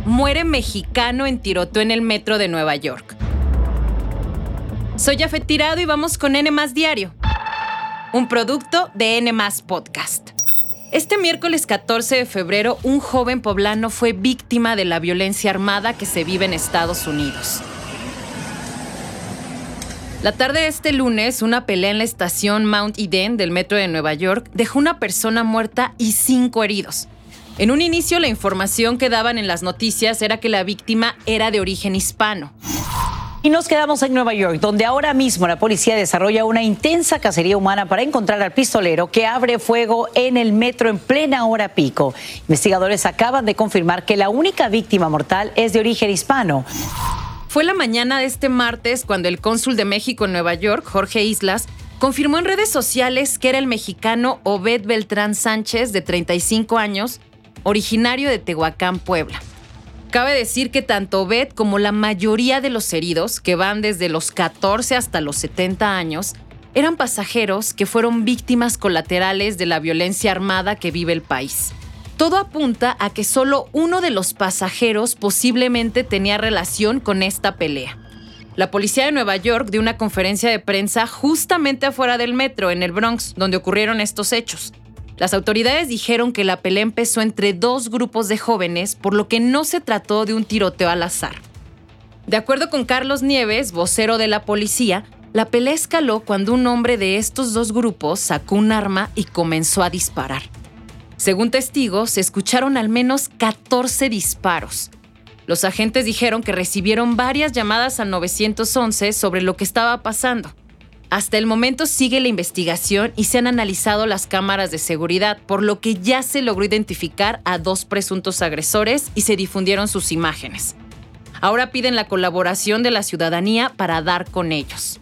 muere mexicano en tiroteo en el metro de Nueva York. Soy Jafet Tirado y vamos con N+ Diario, un producto de N+ Podcast. Este miércoles 14 de febrero, un joven poblano fue víctima de la violencia armada que se vive en Estados Unidos. La tarde de este lunes, una pelea en la estación Mount Eden del metro de Nueva York dejó una persona muerta y 5 heridos. En un inicio, la información que daban en las noticias era que la víctima era de origen hispano. Y nos quedamos en Nueva York, donde ahora mismo la policía desarrolla una intensa cacería humana para encontrar al pistolero que abre fuego en el metro en plena hora pico. Investigadores acaban de confirmar que la única víctima mortal es de origen hispano. Fue la mañana de este martes cuando el cónsul de México en Nueva York, Jorge Islas, confirmó en redes sociales que era el mexicano Obed Beltrán Sánchez, de 35 años, originario de Tehuacán, Puebla. Cabe decir que tanto Obed como la mayoría de los heridos, que van desde los 14 hasta los 70 años, eran pasajeros que fueron víctimas colaterales de la violencia armada que vive el país. Todo apunta a que solo uno de los pasajeros posiblemente tenía relación con esta pelea. La policía de Nueva York dio una conferencia de prensa justamente afuera del metro, en el Bronx, donde ocurrieron estos hechos. Las autoridades dijeron que la pelea empezó entre 2 grupos de jóvenes, por lo que no se trató de un tiroteo al azar. De acuerdo con Carlos Nieves, vocero de la policía, la pelea escaló cuando un hombre de estos 2 grupos sacó un arma y comenzó a disparar. Según testigos, se escucharon al menos 14 disparos. Los agentes dijeron que recibieron varias llamadas al 911 sobre lo que estaba pasando. Hasta el momento sigue la investigación y se han analizado las cámaras de seguridad, por lo que ya se logró identificar a 2 presuntos agresores y se difundieron sus imágenes. Ahora piden la colaboración de la ciudadanía para dar con ellos.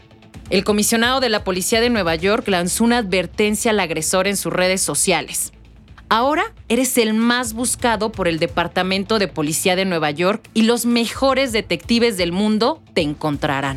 El comisionado de la policía de Nueva York lanzó una advertencia al agresor en sus redes sociales. Ahora eres el más buscado por el Departamento de Policía de Nueva York y los mejores detectives del mundo te encontrarán.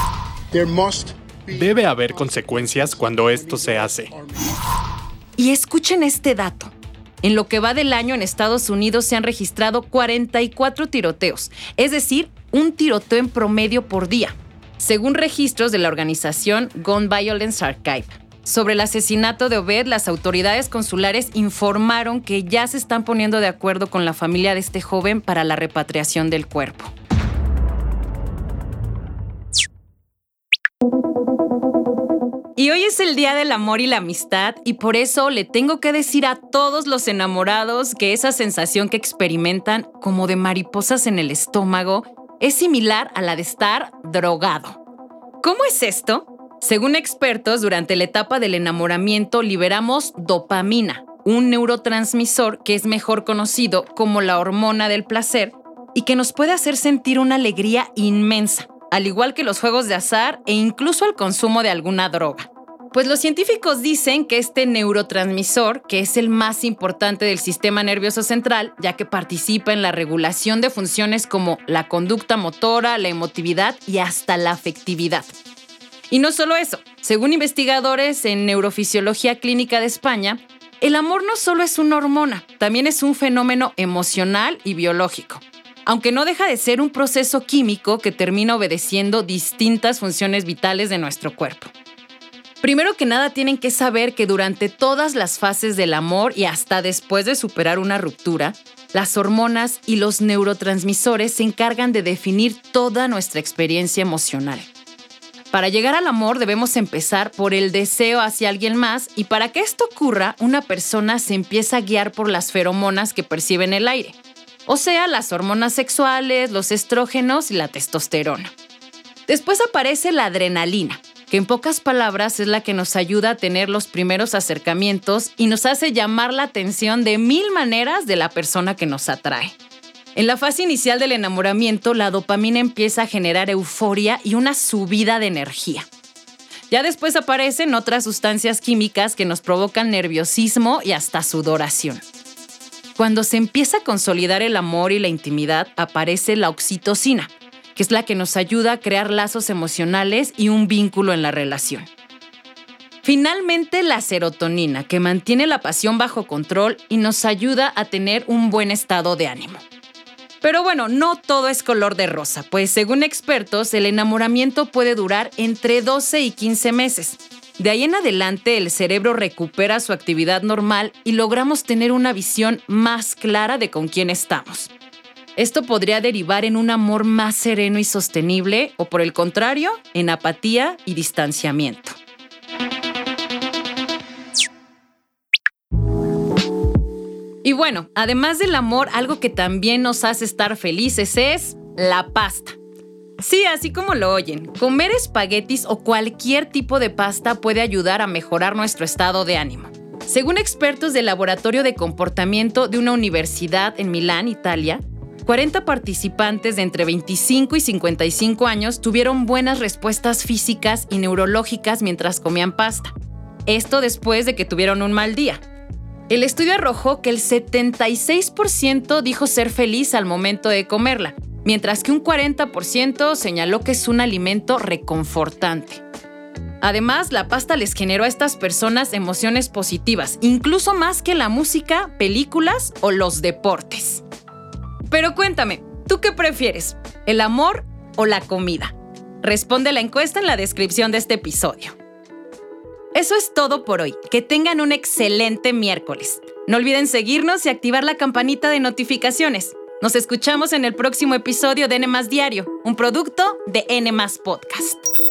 Debe haber consecuencias cuando esto se hace. Y escuchen este dato. En lo que va del año en Estados Unidos se han registrado 44 tiroteos, es decir, un tiroteo en promedio por día, según registros de la organización Gun Violence Archive. Sobre el asesinato de Obed, las autoridades consulares informaron que ya se están poniendo de acuerdo con la familia de este joven para la repatriación del cuerpo. Y hoy es el Día del Amor y la Amistad, y por eso le tengo que decir a todos los enamorados que esa sensación que experimentan, como de mariposas en el estómago, es similar a la de estar drogado. ¿Cómo es esto? Según expertos, durante la etapa del enamoramiento liberamos dopamina, un neurotransmisor que es mejor conocido como la hormona del placer y que nos puede hacer sentir una alegría inmensa, al igual que los juegos de azar e incluso el consumo de alguna droga. Pues los científicos dicen que este neurotransmisor, que es el más importante del sistema nervioso central, ya que participa en la regulación de funciones como la conducta motora, la emotividad y hasta la afectividad. Y no solo eso, según investigadores en Neurofisiología Clínica de España, el amor no solo es una hormona, también es un fenómeno emocional y biológico, aunque no deja de ser un proceso químico que termina obedeciendo distintas funciones vitales de nuestro cuerpo. Primero que nada, tienen que saber que durante todas las fases del amor y hasta después de superar una ruptura, las hormonas y los neurotransmisores se encargan de definir toda nuestra experiencia emocional. Para llegar al amor debemos empezar por el deseo hacia alguien más, y para que esto ocurra, una persona se empieza a guiar por las feromonas que percibe en el aire, o sea, las hormonas sexuales, los estrógenos y la testosterona. Después aparece la adrenalina, que en pocas palabras es la que nos ayuda a tener los primeros acercamientos y nos hace llamar la atención de 1000 maneras de la persona que nos atrae. En la fase inicial del enamoramiento, la dopamina empieza a generar euforia y una subida de energía. Ya después aparecen otras sustancias químicas que nos provocan nerviosismo y hasta sudoración. Cuando se empieza a consolidar el amor y la intimidad, aparece la oxitocina, que es la que nos ayuda a crear lazos emocionales y un vínculo en la relación. Finalmente, la serotonina, que mantiene la pasión bajo control y nos ayuda a tener un buen estado de ánimo. Pero bueno, no todo es color de rosa, pues según expertos, el enamoramiento puede durar entre 12 y 15 meses. De ahí en adelante, el cerebro recupera su actividad normal y logramos tener una visión más clara de con quién estamos. Esto podría derivar en un amor más sereno y sostenible, o por el contrario, en apatía y distanciamiento. Y bueno, además del amor, algo que también nos hace estar felices es la pasta. Sí, así como lo oyen, comer espaguetis o cualquier tipo de pasta puede ayudar a mejorar nuestro estado de ánimo. Según expertos del Laboratorio de Comportamiento de una universidad en Milán, Italia, 40 participantes de entre 25 y 55 años tuvieron buenas respuestas físicas y neurológicas mientras comían pasta. Esto después de que tuvieron un mal día. El estudio arrojó que el 76% dijo ser feliz al momento de comerla, mientras que un 40% señaló que es un alimento reconfortante. Además, la pasta les generó a estas personas emociones positivas, incluso más que la música, películas o los deportes. Pero cuéntame, ¿tú qué prefieres? ¿El amor o la comida? Responde la encuesta en la descripción de este episodio. Eso es todo por hoy. Que tengan un excelente miércoles. No olviden seguirnos y activar la campanita de notificaciones. Nos escuchamos en el próximo episodio de N+ Diario, un producto de N+ Podcast.